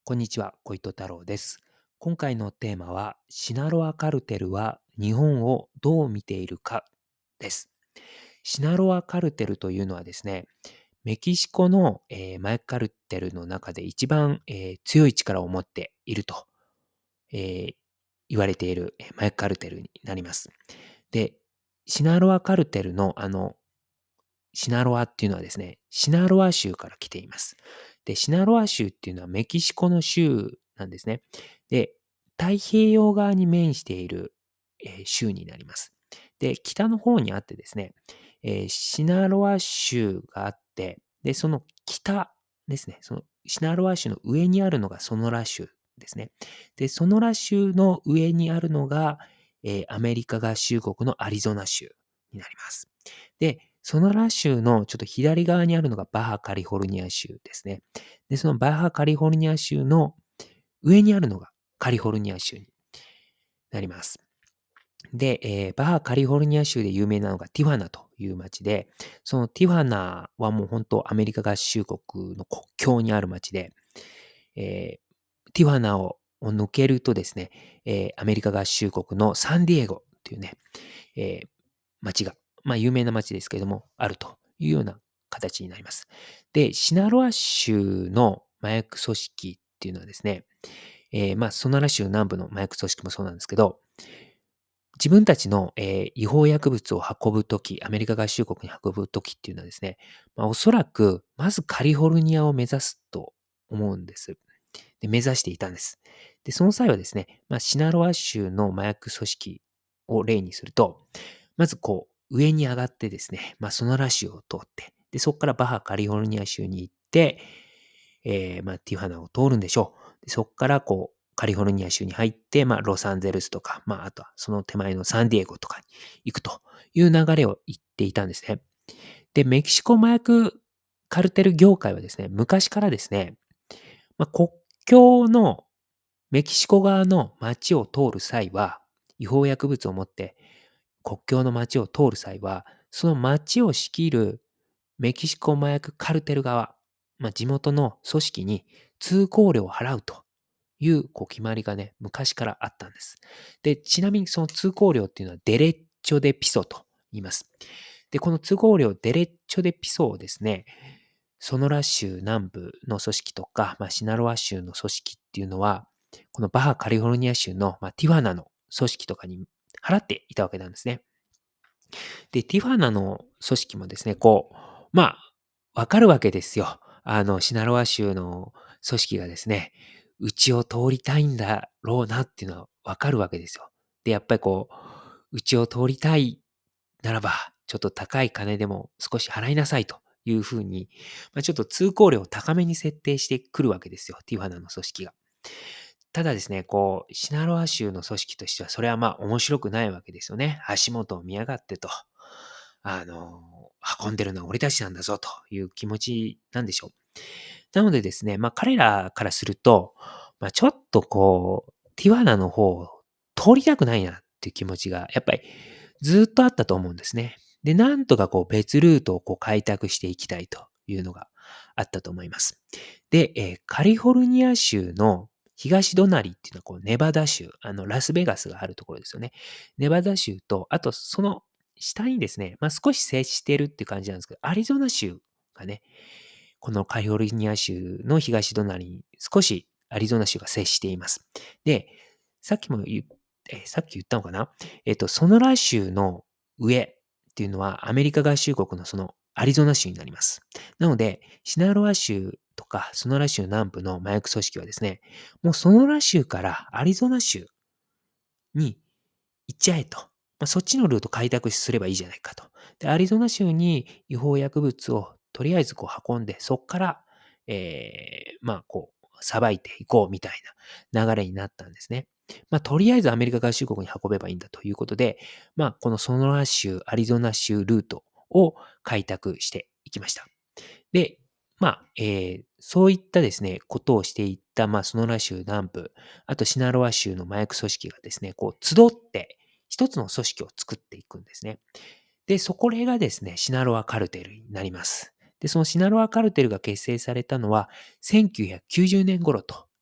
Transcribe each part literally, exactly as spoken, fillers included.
こんにちは、小糸太郎です。今回のテーマは、シナロアカルテルは日本をどう見ているかです。シナロアカルテルというのはですね、メキシコの、えー麻薬カルテルの中で一番、えー強い力を持っていると、えー言われているえー麻薬カルテルになります。で、シナロアカルテルのあのシナロアっていうのはですね、シナロア州から来ています。で、シナロア州っていうのはメキシコの州なんですね。で、太平洋側に面している、えー州になります。で、北の方にあってですね、えーシナロア州があって、で、その北ですね、そのシナロア州の上にあるのがソノラ州ですね。で、ソノラ州の上にあるのが、えーアメリカ合衆国のアリゾナ州になります。で、ソノラ州のちょっと左側にあるのがバハカリフォルニア州ですね。で、そのバハカリフォルニア州の上にあるのがカリフォルニア州になります。で、えーバハカリフォルニア州で有名なのがティファナという町で、そのティファナはもう本当アメリカ合衆国の国境にある町で、えーティファナをを抜けるとですね、えーアメリカ合衆国のサンディエゴっていうね、えー町が、まあ有名な町ですけれども、あるというような形になります。で、シナロア州の麻薬組織っていうのはですね、えーまあソナラ州南部の麻薬組織もそうなんですけど、自分たちの、えー違法薬物を運ぶとき、アメリカ合衆国に運ぶときっていうのはですね、まあ、おそらく、まずカリフォルニアを目指すと思うんです。で、目指していたんです。で、その際はですね、まあ、シナロア州の麻薬組織を例にすると、まずこう、上に上がってですね、まあ、ソノラ州を通って、で、そこからバハカリフォルニア州に行って、えー、まあ、ティファナを通るんでしょう。で、そこからこう、カリフォルニア州に入って、まあ、ロサンゼルスとか、まあ、あとはその手前のサンディエゴとかに行くという流れを言っていたんですね。で、メキシコ麻薬カルテル業界はですね、昔からですね、まあ、国境のメキシコ側の街を通る際は、違法薬物を持って国境の街を通る際は、その街を仕切るメキシコ麻薬カルテル側、まあ、地元の組織に通行料を払うというこう決まりがね、昔からあったんです。で、ちなみにその通行料っていうのはデレッチョデピソと言います。で、この通行料デレッチョデピソをですね、ソノラ州南部の組織とか、まあ、シナロア州の組織っていうのは、このバハカリフォルニア州の、まあ、ティファナの組織とかに払っていたわけなんですね。で、ティファナの組織もですね、こう、まあ、わかるわけですよ。あの、シナロア州の組織がですね、うちを通りたいんだろうなっていうのはわかるわけですよ。で、やっぱりこう、うちを通りたいならば、ちょっと高い金でも少し払いなさいというふうに、まあ、ちょっと通行料を高めに設定してくるわけですよ。ティファナの組織が。ただですね、こう、シナロア州の組織としては、それはまあ面白くないわけですよね。足元を見やがってと。あの、運んでるのは俺たちなんだぞという気持ちなんでしょう。なのでですね、まあ彼らからすると、まあちょっとこう、ティワナの方を通りたくないなっていう気持ちが、やっぱりずっとあったと思うんですね。で、なんとかこう別ルートをこう開拓していきたいというのがあったと思います。で、えーカリフォルニア州の東隣っていうのはこうネバダ州、あのラスベガスがあるところですよね。ネバダ州と、あとその下にですね、まあ少し接しているっていう感じなんですけど、アリゾナ州がね、このカリフォルニア州の東隣に少しアリゾナ州が接しています。で、さっきも言っえーさっき言ったのかなえっと、ソノラ州の上っていうのはアメリカ合衆国のそのアリゾナ州になります。なので、シナロア州とかソノラ州南部の麻薬組織はですね、もうソノラ州からアリゾナ州に行っちゃえと。まあ、そっちのルート開拓すればいいじゃないかと。で、アリゾナ州に違法薬物をとりあえずこう運んで、そっから、えー、まあ、こう、さばいていこうみたいな流れになったんですね。まあ、とりあえずアメリカ合衆国に運べばいいんだということで、まあ、このソノラ州、アリゾナ州ルートを開拓していきました。で、まあ、えー、そういったですね、ことをしていった、まあ、ソノラ州南部、あとシナロア州の麻薬組織がですね、こう、集って、一つの組織を作っていくんですね。で、そこがですね、シナロアカルテルになります。で、そのシナロアカルテルが結成されたのは、せんきゅうひゃくきゅうじゅうねん頃と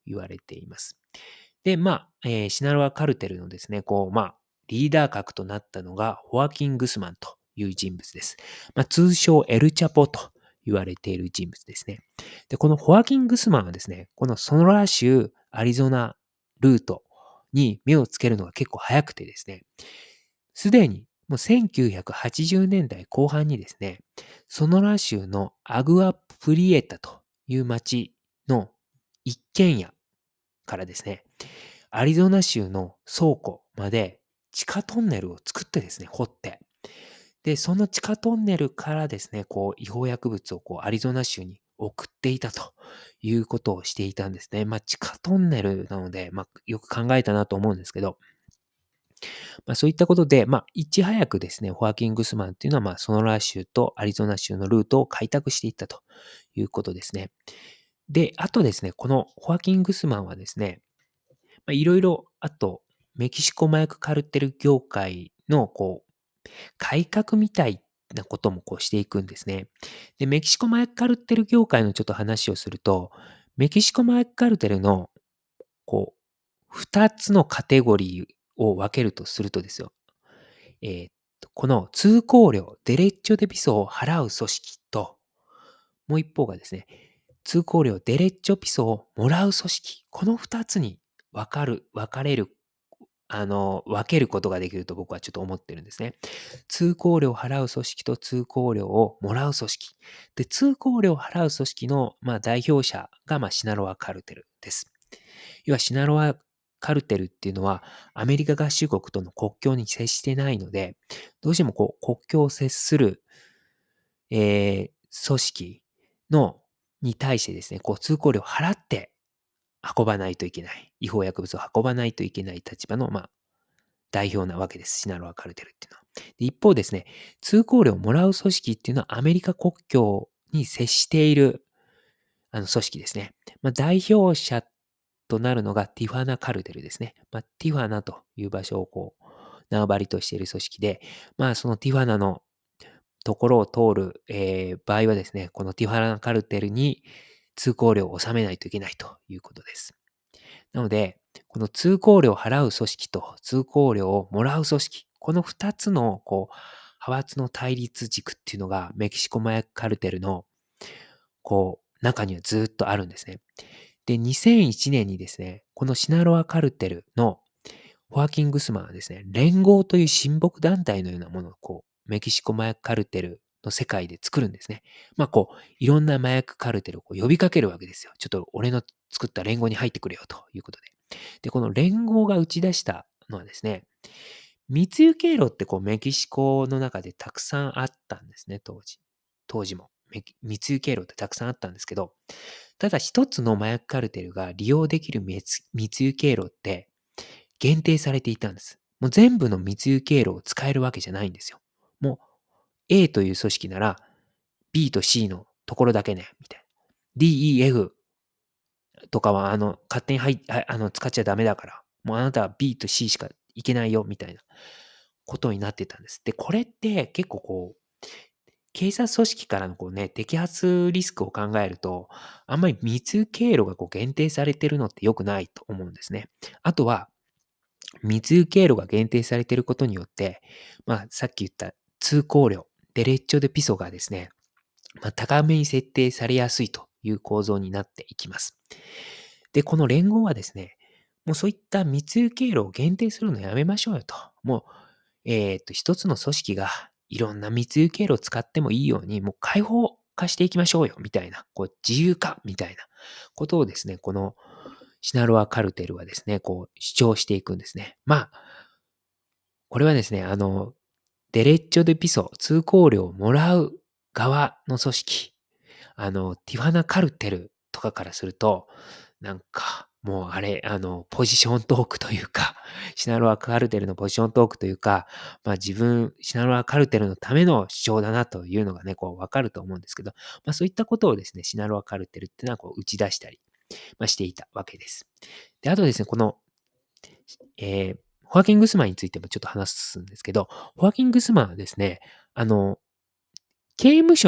言われています。で、まあ、えーシナロア・カルテルのですね、こう、まあ、リーダー格となったのが、ホアキン・グスマンという人物です。まあ、通称エル・チャポと言われている人物ですね。で、このホアキン・グスマンはですね、このソノラ州、アリゾナルートに目をつけるのが結構早くてですね、すでにもうせんきゅうひゃくはちじゅうねんだいこう半にですね、ソノラ州のアグアプリエタという町の一軒家からですね、アリゾナ州の倉庫まで地下トンネルを作ってですね、掘って。で、その地下トンネルからですね、こう違法薬物をこうアリゾナ州に送っていたということをしていたんですね。まあ地下トンネルなので、まあよく考えたなと思うんですけど、まあそういったことで、まあいち早くですね、ホアキン・グスマンっていうのは、まあソノラ州とアリゾナ州のルートを開拓していったということですね。で、あとですね、このホアキン・グスマンはですね、まあいろいろ、あと、メキシコ麻薬カルテル業界の、こう、改革みたいなこともこうしていくんですね。で、メキシコ麻薬カルテル業界のちょっと話をすると、メキシコ麻薬カルテルの、こう、二つのカテゴリーを分けるとするとですよ。えーっと、この通行料、デレッチョデピソを払う組織と、もう一方がですね、通行料、デレッチョピソをもらう組織。この二つに分かる、分かれる、あの、分けることができると僕はちょっと思ってるんですね。通行料を払う組織と通行料をもらう組織。で、通行料を払う組織の、まあ、代表者が、まあ、シナロアカルテルです。要はシナロアカルテルっていうのはアメリカ合衆国との国境に接してないので、どうしてもこう国境を接する、えー組織のに対してですね、こう通行料を払って運ばないといけない。違法薬物を運ばないといけない立場の、まあ、代表なわけです。シナロアカルテルっていうのは。で一方ですね、通行料をもらう組織っていうのはアメリカ国境に接しているあの組織ですね。まあ、代表者となるのがティファナカルテルですね。まあ、ティファナという場所をこう、縄張りとしている組織で、まあそのティファナのところを通る、えー場合はですね、このティファナカルテルに通行料を納めないといけないということです。なので、この通行料を払う組織と通行料をもらう組織、この二つのこう派閥の対立軸っていうのがメキシコ麻薬カルテルのこう中にはずっとあるんですね。で、にせんいちねんにですね、このシナロアカルテルのホアキン・グスマンはですね、連合という親睦団体のようなものをこう、メキシコ麻薬カルテルの世界で作るんですね。まあこう、いろんな麻薬カルテルをこう呼びかけるわけですよ。ちょっと俺の作った連合に入ってくれよということで。で、この連合が打ち出したのはですね、密輸経路ってこうメキシコの中でたくさんあったんですね、当時。当時も。メキ密輸経路ってたくさんあったんですけど、ただ一つの麻薬カルテルが利用できる密密輸経路って限定されていたんです。もう全部の密輸経路を使えるわけじゃないんですよ。もう A という組織なら B と C のところだけね、みたいな。D、E、F とかはあの勝手に入ああの使っちゃダメだから、もうあなたは B と C しか行けないよ、みたいなことになってたんです。で、これって結構こう、警察組織からのこうね、摘発リスクを考えると、あんまり密輸経路がこう限定されてるのって良くないと思うんですね。あとは、密輸経路が限定されていることによって、まあ、さっき言った通行料、デレッチョでピソがですね、まあ、高めに設定されやすいという構造になっていきます。で、この連合はですね、もうそういった密輸経路を限定するのやめましょうよと。もう、えっと、一つの組織がいろんな密輸経路を使ってもいいように、もう開放化していきましょうよ、みたいな、こう、自由化、みたいなことをですね、このシナロアカルテルはですね、こう、主張していくんですね。まあ、これはですね、あの、デレッチョデピソ、通行料をもらう側の組織、あの、ティファナカルテルとかからすると、なんか、もうあれ、あの、ポジショントークというか、シナロアカルテルのポジショントークというか、まあ自分、シナロアカルテルのための主張だなというのがね、こうわかると思うんですけど、まあそういったことをですね、シナロアカルテルっていうのはこう打ち出したり、まあ、していたわけです。で、あとですね、この、えー、ホアキン・グスマンについてもちょっと話すんですけど、ホアキン・グスマンはですね、あの、刑務所に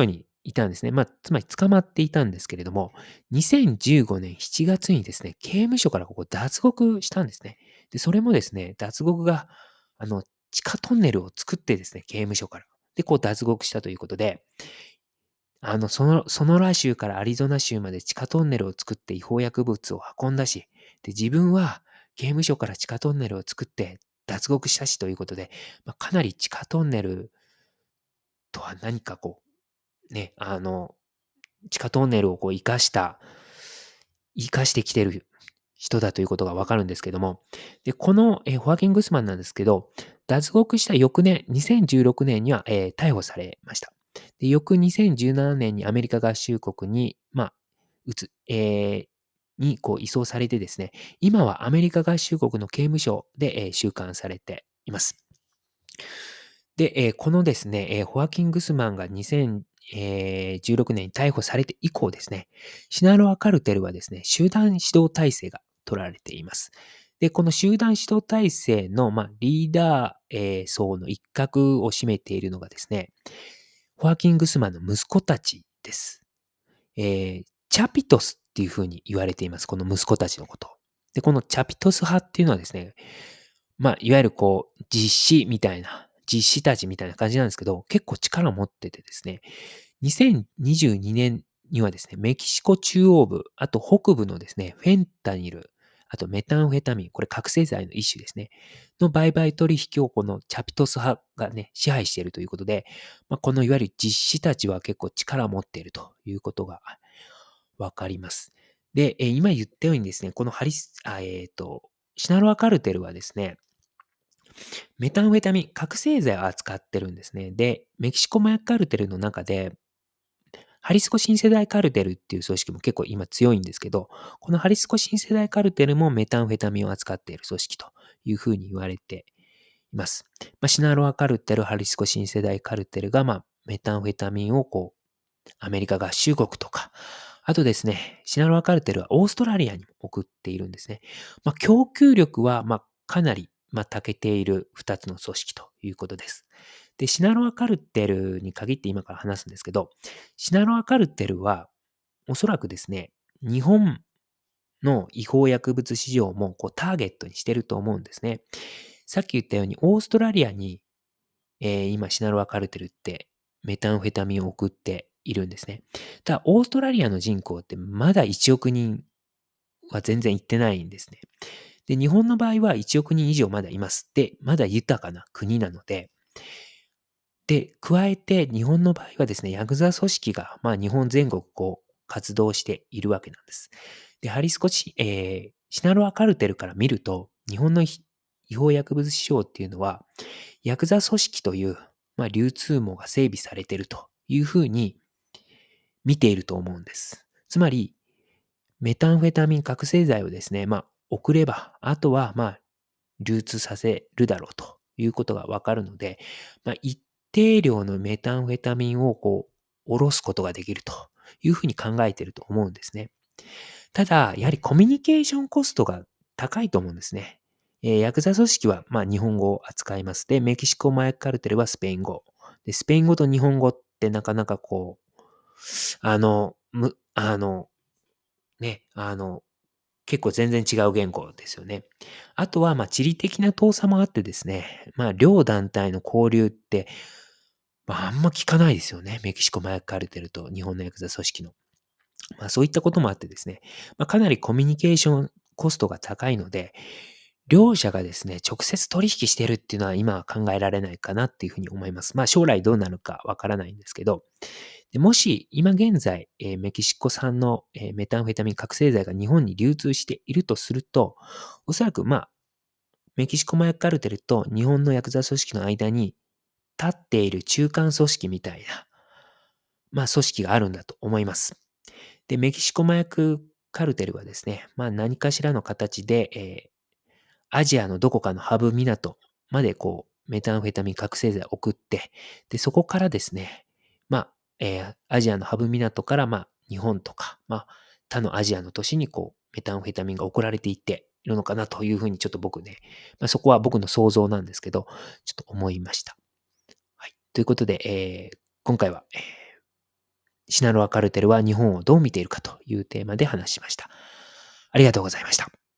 いたんですね。まあ、つまり捕まっていたんですけれども、にせんじゅうごねんしちがつにですね、刑務所からここ脱獄したんですね。で、それもですね、脱獄が、あの、地下トンネルを作ってですね、刑務所から。で、こう脱獄したということで、あの、そのソノラ州からアリゾナ州まで地下トンネルを作って違法薬物を運んだし、で、自分は刑務所から地下トンネルを作って脱獄したしということで、まあ、かなり地下トンネルとは何かこう、ね、あの、地下トンネルをこう生かした、生かしてきてる人だということがわかるんですけども、で、この、えーホアキン・グスマンなんですけど、脱獄した翌年、にせんじゅうろくねんには、えー逮捕されました。で、翌にせんじゅうななねんにアメリカ合衆国に、まあ、移つ、えーにこう移送されてですね、今はアメリカ合衆国の刑務所で、えー収監されています。で、えーこのですね、えーホアキン・グスマンがにせんじゅうろくねんに逮捕されて以降ですね、シナロア・カルテルはですね、集団指導体制が取られています。で、この集団指導体制の、まあ、リーダー、えー層の一角を占めているのがですね、ホアキン・グスマンの息子たちです。えーチャピトスっていうふうに言われています。この息子たちのこと。で、このチャピトス派っていうのはですね、まあ、いわゆるこう、実子みたいな、実子たちみたいな感じなんですけど、結構力を持っててですね、にせんにじゅうにねんにはですね、メキシコ中央部、あと北部のですね、フェンタニル、あとメタンフェタミン、これ覚醒剤の一種ですね、の売買取引をこのチャピトス派がね、支配しているということで、まあ、このいわゆる実子たちは結構力を持っているということがわかります。で、えー今言ったようにですね、このハリス、あえっ、と、シナロアカルテルはですね、メタンフェタミン、覚醒剤を扱ってるんですね。で、メキシコ麻薬カルテルの中で、ハリスコ新世代カルテルっていう組織も結構今強いんですけど、このハリスコ新世代カルテルもメタンフェタミンを扱っている組織というふうに言われています。まあ、シナロアカルテル、ハリスコ新世代カルテルが、まあ、メタンフェタミンをこう、アメリカ合衆国とか、あとですね、シナロアカルテルはオーストラリアにも送っているんですね。まあ、供給力は、まあ、かなり、まあ、長けているふたつの組織ということです。で、シナロアカルテルに限って今から話すんですけど、シナロアカルテルは、おそらくですね、日本の違法薬物市場もこうターゲットにしてると思うんですね。さっき言ったように、オーストラリアに、えー今、シナロアカルテルってメタンフェタミンを送っているんですね。ただ、オーストラリアの人口ってまだいちおく人は全然行ってないんですね。で、日本の場合はいちおく人以上まだいます。で、まだ豊かな国なので、で、加えて日本の場合はですね、ヤクザ組織が、まあ、日本全国こう活動しているわけなんです。で、ハリスコチ、えーシナロアカルテルから見ると、日本のひ違法薬物市場っていうのは、ヤクザ組織という、まあ、流通網が整備されているというふうに見ていると思うんです。つまり、メタンフェタミン覚醒剤をですね、まあ、送れば、あとは、まあ、流通させるだろうということがわかるので、まあ、一定量のメタンフェタミンをこう、下ろすことができるというふうに考えていると思うんですね。ただ、やはりコミュニケーションコストが高いと思うんですね。えーヤクザ組織は、まあ、日本語を扱います。で、メキシコ麻薬カルテルはスペイン語。で、スペイン語と日本語ってなかなかこう、あの、む、あの、ね、あの、結構全然違う言語ですよね。あとは、まあ、地理的な遠さもあってですね、まあ、両団体の交流って、まあ、あんま聞かないですよね。メキシコ麻薬カルテルと日本のヤクザ組織の。まあ、そういったこともあってですね、まあ、かなりコミュニケーションコストが高いので、両者がですね、直接取引してるっていうのは今は考えられないかなっていうふうに思います。まあ将来どうなるかわからないんですけど、でもし今現在、えーメキシコ産の、えーメタンフェタミン覚醒剤が日本に流通しているとすると、おそらくまあ、メキシコ麻薬カルテルと日本のヤクザ組織の間に立っている中間組織みたいな、まあ組織があるんだと思います。で、メキシコ麻薬カルテルはですね、まあ何かしらの形で、えーアジアのどこかのハブ港までこう、メタンフェタミン覚醒剤を送って、で、そこからですね、まあ、えーアジアのハブ港から、まあ、日本とか、まあ、他のアジアの都市にこう、メタンフェタミンが送られていっているのかなというふうにちょっと僕ね、まあ、そこは僕の想像なんですけど、ちょっと思いました。はい。ということで、えー今回は、えーシナロアカルテルは日本をどう見ているかというテーマで話しました。ありがとうございました。